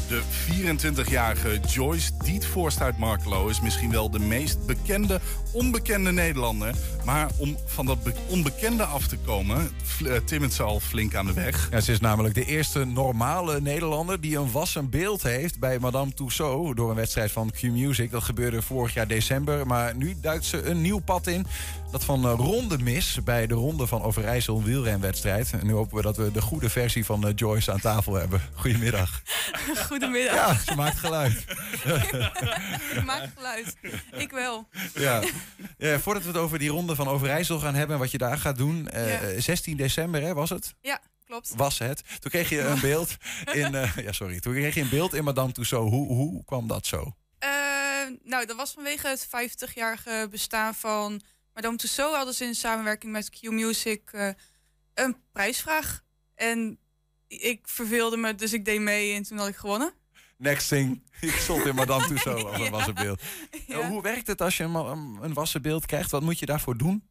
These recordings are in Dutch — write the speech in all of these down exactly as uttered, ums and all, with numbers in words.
De vierentwintigjarige Joyce Dietvorst uit Markelo is misschien wel de meest bekende onbekende Nederlander. Maar om van dat be- onbekende af te komen, uh, timmert ze al flink aan de weg. Ja, ze is namelijk de eerste normale Nederlander die een wassen beeld heeft bij Madame Tussauds door een wedstrijd van Q-Music. Dat gebeurde vorig jaar december, maar nu duikt ze een nieuw pad in. Dat van uh, ronde mis bij de Ronde van Overijssel wielrenwedstrijd. En nu hopen we dat we de goede versie van uh, Joyce aan tafel hebben. Goedemiddag. Goedemiddag. Ja, ze maakt geluid. Ze maakt geluid. Ik wel. Ja. Ja, voordat we het over die Ronde van Overijssel gaan hebben en wat je daar gaat doen. Uh, ja. zestien december, hè, was het? Ja, klopt. Was het. Toen kreeg je een beeld in... Uh, ja, sorry. Toen kreeg je een beeld in Madame Tussauds. Hoe, hoe kwam dat zo? Uh, nou, dat was vanwege het vijftigjarige bestaan van Madame Tussauds. Hadden ze in samenwerking met Q-Music uh, een prijsvraag. En ik verveelde me, dus ik deed mee en toen had ik gewonnen. Next thing, ik stond in Madame Tussauds als een ja. wassen beeld. Ja. Hoe werkt het als je een, een wassen beeld krijgt? Wat moet je daarvoor doen?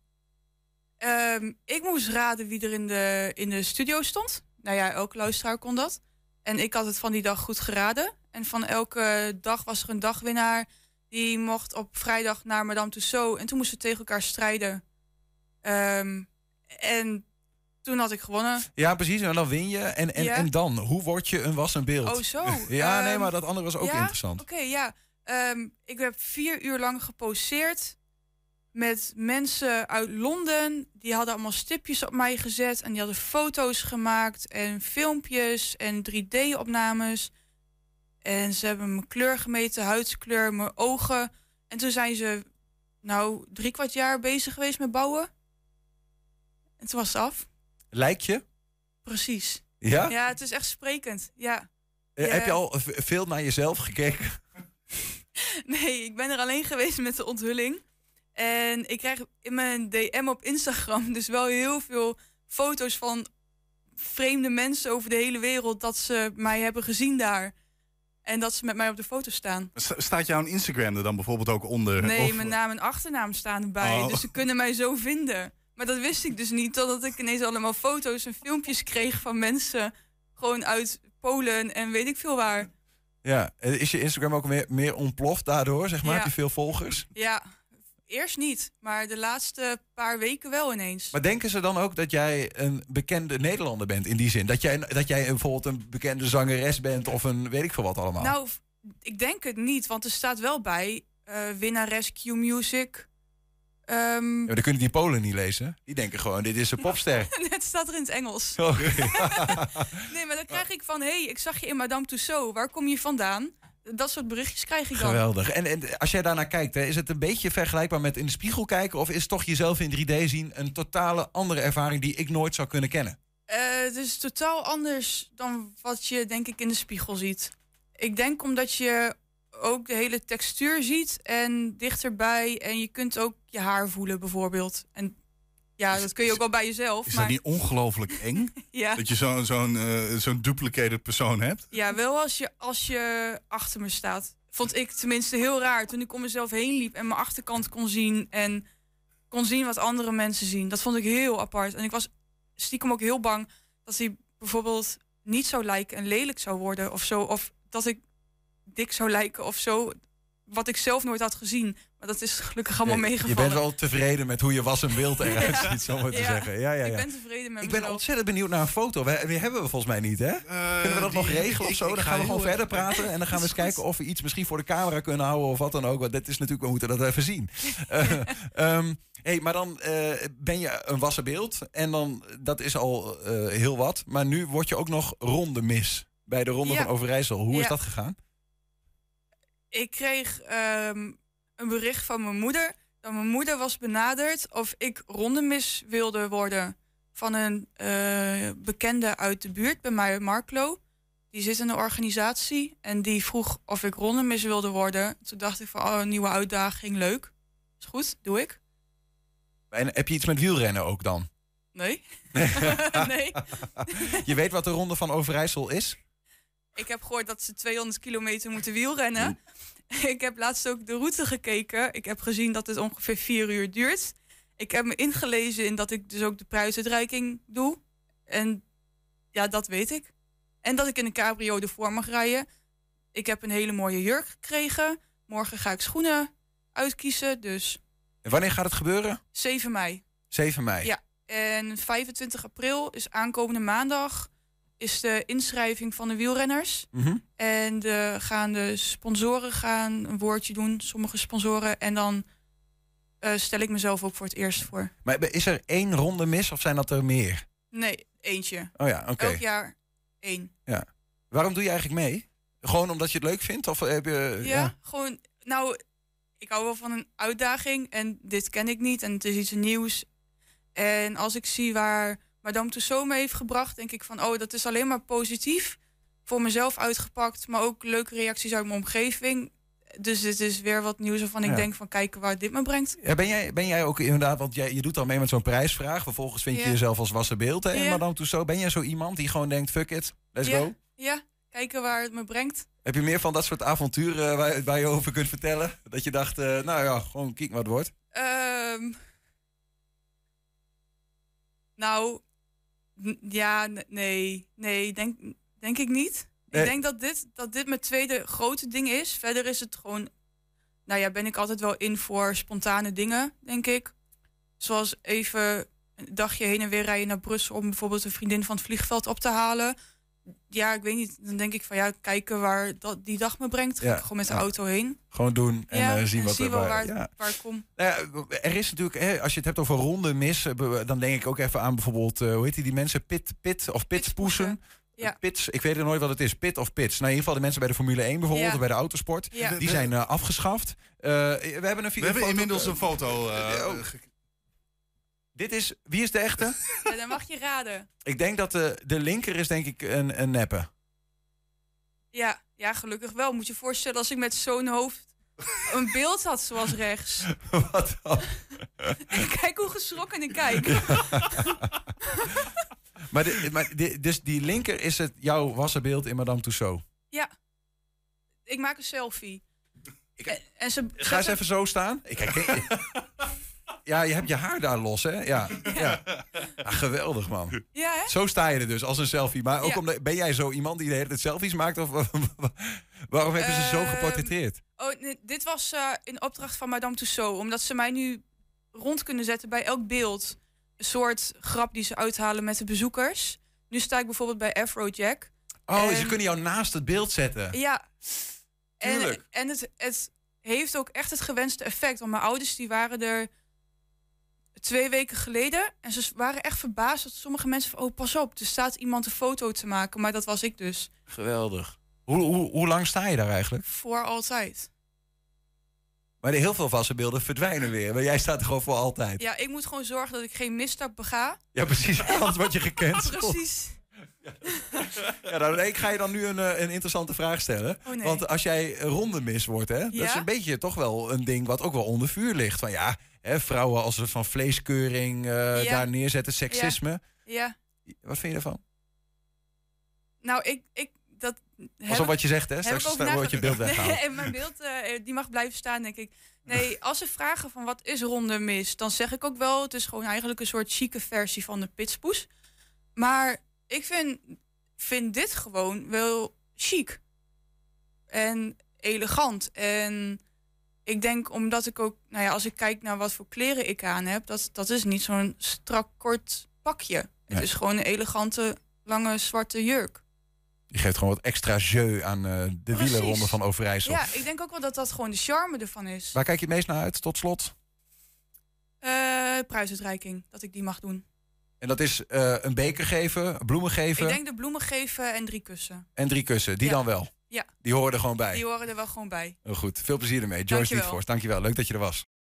Um, ik moest raden wie er in de, in de studio stond. Nou ja, elke luisteraar kon dat. En ik had het van die dag goed geraden. En van elke dag was er een dagwinnaar. Die mocht op vrijdag naar Madame Tussauds. En toen moesten we tegen elkaar strijden. Um, en toen had ik gewonnen. Ja, precies. En dan win je. En, en, ja. en dan? Hoe word je een wassen beeld? Oh, zo. ja, um, nee, maar dat andere was ook ja? interessant. Oké, okay, ja. Um, ik heb vier uur lang geposeerd met mensen uit Londen. Die hadden allemaal stipjes op mij gezet. En die hadden foto's gemaakt en filmpjes en drie D-opnames. En ze hebben mijn kleur gemeten, huidskleur, mijn ogen. En toen zijn ze nou drie kwart jaar bezig geweest met bouwen. En toen was het af. Lijk je? Precies. Ja? Ja, het is echt sprekend, ja. Uh, ja. Heb je al veel naar jezelf gekeken? Nee, ik ben er alleen geweest met de onthulling. En ik krijg in mijn D M op Instagram dus wel heel veel foto's van vreemde mensen over de hele wereld dat ze mij hebben gezien daar. En dat ze met mij op de foto staan. Staat jouw Instagram er dan bijvoorbeeld ook onder? Nee, of... mijn naam en achternaam staan erbij. Oh. Dus ze kunnen mij zo vinden. Maar dat wist ik dus niet, totdat ik ineens allemaal foto's en filmpjes kreeg van mensen. Gewoon uit Polen en weet ik veel waar. Ja, is je Instagram ook meer, meer ontploft daardoor, zeg maar? Ja. Heb je veel volgers? Ja, eerst niet, maar de laatste paar weken wel ineens. Maar denken ze dan ook dat jij een bekende Nederlander bent in die zin? Dat jij, dat jij bijvoorbeeld een bekende zangeres bent of een weet ik veel wat allemaal? Nou, ik denk het niet, want er staat wel bij uh, winnares Q-Music. Um, ja, dan kunnen die Polen niet lezen. Die denken gewoon, dit is een popster. Het staat er in het Engels. Oh, nee, maar dan krijg ik van, hé, hey, ik zag je in Madame Tussauds. Waar kom je vandaan? Dat soort berichtjes krijg ik dan. Geweldig. En, en als jij daarnaar kijkt, hè, is het een beetje vergelijkbaar met in de spiegel kijken? Of is toch jezelf in drie D zien een totale andere ervaring die ik nooit zou kunnen kennen? Uh, het is totaal anders dan wat je denk ik in de spiegel ziet. Ik denk omdat je ook de hele textuur ziet en dichterbij. En je kunt ook je haar voelen bijvoorbeeld. En ja, dat kun je ook wel bij jezelf. Is maar... dat niet ongelooflijk eng? Ja. Dat je zo'n zo'n uh, zo'n duplicated persoon hebt? Ja, wel als je, als je achter me staat. Vond ik tenminste heel raar. Toen ik om mezelf heen liep en mijn achterkant kon zien. En kon zien wat andere mensen zien. Dat vond ik heel apart. En ik was stiekem ook heel bang dat hij bijvoorbeeld niet zou lijken en lelijk zou worden of zo. Of dat ik dik zou lijken of zo. Wat ik zelf nooit had gezien. Maar dat is gelukkig allemaal ja, meegevallen. Je bent wel tevreden met hoe je was en beeld eruit ja. ziet, zo maar te ja. zeggen. Ja, ja, ja. Ik ben tevreden met Ik mezelf. ben ontzettend benieuwd naar een foto. We, die hebben we volgens mij niet, hè? Uh, kunnen we dat die, nog regelen ik, of zo? Dan gaan we gewoon verder praten. En dan gaan we eens goed. kijken of we iets misschien voor de camera kunnen houden of wat dan ook. Want dit is natuurlijk, we moeten dat even zien. uh, um, hey, maar dan uh, ben je een wassen beeld. En dan, dat is al uh, heel wat. Maar nu word je ook nog ronde mis. Bij de Ronde ja. van Overijssel. Hoe ja. is dat gegaan? Ik kreeg um, een bericht van mijn moeder. Dat mijn moeder was benaderd of ik rondemis wilde worden van een uh, bekende uit de buurt bij mij, Markelo. Die zit in een organisatie en die vroeg of ik rondemis wilde worden. Toen dacht ik van, oh, een nieuwe uitdaging, leuk. Is goed, doe ik. En heb je iets met wielrennen ook dan? Nee. nee. Je weet wat de Ronde van Overijssel is? Ik heb gehoord dat ze tweehonderd kilometer moeten wielrennen. Mm. Ik heb laatst ook de route gekeken. Ik heb gezien dat het ongeveer vier uur duurt. Ik heb me ingelezen in dat ik dus ook de prijsuitreiking doe. En ja, dat weet ik. En dat ik in een cabrio ervoor mag rijden. ik heb een hele mooie jurk gekregen. Morgen ga ik schoenen uitkiezen, dus... En wanneer gaat het gebeuren? zeven mei. zeven mei? Ja, en vijfentwintig april is aankomende maandag... is de inschrijving van de wielrenners. Mm-hmm. En de, gaan de sponsoren gaan een woordje doen, sommige sponsoren. En dan uh, stel ik mezelf ook voor het eerst voor. Maar is er één ronde mis of zijn dat er meer? Nee, eentje. Oh ja, oké. Okay. Elk jaar één. Ja. Waarom doe je eigenlijk mee? Gewoon omdat je het leuk vindt? Of heb je, ja, ja, gewoon... Nou, ik hou wel van een uitdaging. En dit ken ik niet. En het is iets nieuws. En als ik zie waar Madame Tussauds me heeft gebracht... denk ik van, oh, dat is alleen maar positief. Voor mezelf uitgepakt. Maar ook leuke reacties uit mijn omgeving. Dus dit is weer wat nieuws waarvan ik ja. denk van kijken waar dit me brengt. Ja, ben, jij, ben jij ook inderdaad, want jij, je doet al mee met zo'n prijsvraag. Vervolgens vind je ja. jezelf als wassen beeld. Hè, ja. Madame Tussauds. Ben jij zo iemand die gewoon denkt, fuck it, let's ja. go? Ja, kijken waar het me brengt. Heb je meer van dat soort avonturen waar, waar je over kunt vertellen? Dat je dacht, uh, nou ja, gewoon kijk wat het wordt. Um, nou, n- ja, n- nee, nee, denk, denk ik niet. Nee. Ik denk dat dit, dat dit mijn tweede grote ding is. Verder is het gewoon, nou ja, ben ik altijd wel in voor spontane dingen, denk ik. Zoals even een dagje heen en weer rijden naar Brussel om bijvoorbeeld een vriendin van het vliegveld op te halen. Ja, ik weet niet. Dan denk ik van ja, kijken waar dat die dag me brengt. Ja, gewoon met de ja. auto heen. Gewoon doen en ja, uh, zien en wat zie er wel waar, waar, ja. waar ik kom. Nou ja, er is natuurlijk, hè, als je het hebt over ronde mis, dan denk ik ook even aan bijvoorbeeld, uh, hoe heet die, die mensen? Pit, pit of pitspoesen. Ja. Pits, ik weet er nooit wat het is. Pit of pits. Nou, in ieder geval de mensen bij de Formule één bijvoorbeeld, ja. bij de autosport. Ja. Die zijn uh, afgeschaft. Uh, we hebben, een we hebben inmiddels een foto. Uh, oh. Dit is, wie is de echte? Ja, dan mag je raden. Ik denk dat de, de linker is denk ik een, een neppe. Ja, ja, gelukkig wel. Moet je je voorstellen als ik met zo'n hoofd een beeld had zoals rechts. Wat dan? En kijk hoe geschrokken ik kijk. Maar, de, maar de, dus die linker is het jouw wassenbeeld in Madame Tussauds? Ja. Ik maak een selfie. Ik, en, en ze ga eens even zo staan. Ik herken, ja, je hebt je haar daar los, hè? Ja. ja. Ah, geweldig, man. Ja, hè? Zo sta je er dus, als een selfie. Maar ook ja. omdat, ben jij zo iemand die de hele tijd selfies maakt? Of waarom hebben ze uh, zo geportretteerd? Oh, nee, dit was uh, in opdracht van Madame Tussauds. Omdat ze mij nu rond kunnen zetten bij elk beeld. Een soort grap die ze uithalen met de bezoekers. Nu sta ik bijvoorbeeld bij Afrojack. Oh, en ze kunnen jou naast het beeld zetten. Ja. Tuurlijk. En, en het, het heeft ook echt het gewenste effect. Want mijn ouders die waren er twee weken geleden. En ze waren echt verbaasd dat sommige mensen van, oh, pas op, er staat iemand een foto te maken. Maar dat was ik dus. Geweldig. Hoe, hoe, hoe lang sta je daar eigenlijk? Voor altijd. Maar heel veel wassenbeelden verdwijnen weer. Maar jij staat er gewoon voor altijd. Ja, ik moet gewoon zorgen dat ik geen misstap bega. Ja, precies. Anders word je gekend. Precies. Ja, nou, ik ga je dan nu een, een interessante vraag stellen. Oh, nee. Want als jij ronde mis wordt, hè, ja? dat is een beetje toch wel een ding wat ook wel onder vuur ligt. Van ja, hè, vrouwen als ze van vleeskeuring uh, ja. daar neerzetten, seksisme. Ja. ja. Wat vind je ervan? Nou, ik... ik dat Alsof wat je zegt, hè? Straks wordt je beeld weggehaald. Nee, mijn beeld uh, die mag blijven staan, denk ik. Nee, als ze vragen van wat is ronde mis, dan zeg ik ook wel, het is gewoon eigenlijk een soort chique versie van de pitspoes. Maar ik vind, vind dit gewoon wel chic. En elegant. En ik denk, omdat ik ook, nou ja, als ik kijk naar wat voor kleren ik aan heb, dat, dat is niet zo'n strak kort pakje. Nee. Het is gewoon een elegante, lange zwarte jurk. Je geeft gewoon wat extra jeu aan uh, de Precies. wielerronde van Overijssel. Ja, ik denk ook wel dat dat gewoon de charme ervan is. Waar kijk je het meest naar uit, tot slot? Uh, prijsuitreiking, dat ik die mag doen. En dat is uh, een beker geven, bloemen geven? Ik denk de bloemen geven en drie kussen. En drie kussen, die ja. dan wel? Ja. Die horen er gewoon bij? Die horen er wel gewoon bij. Heel goed, veel plezier ermee. Joyce Dietvorst, dankjewel. Leuk dat je er was.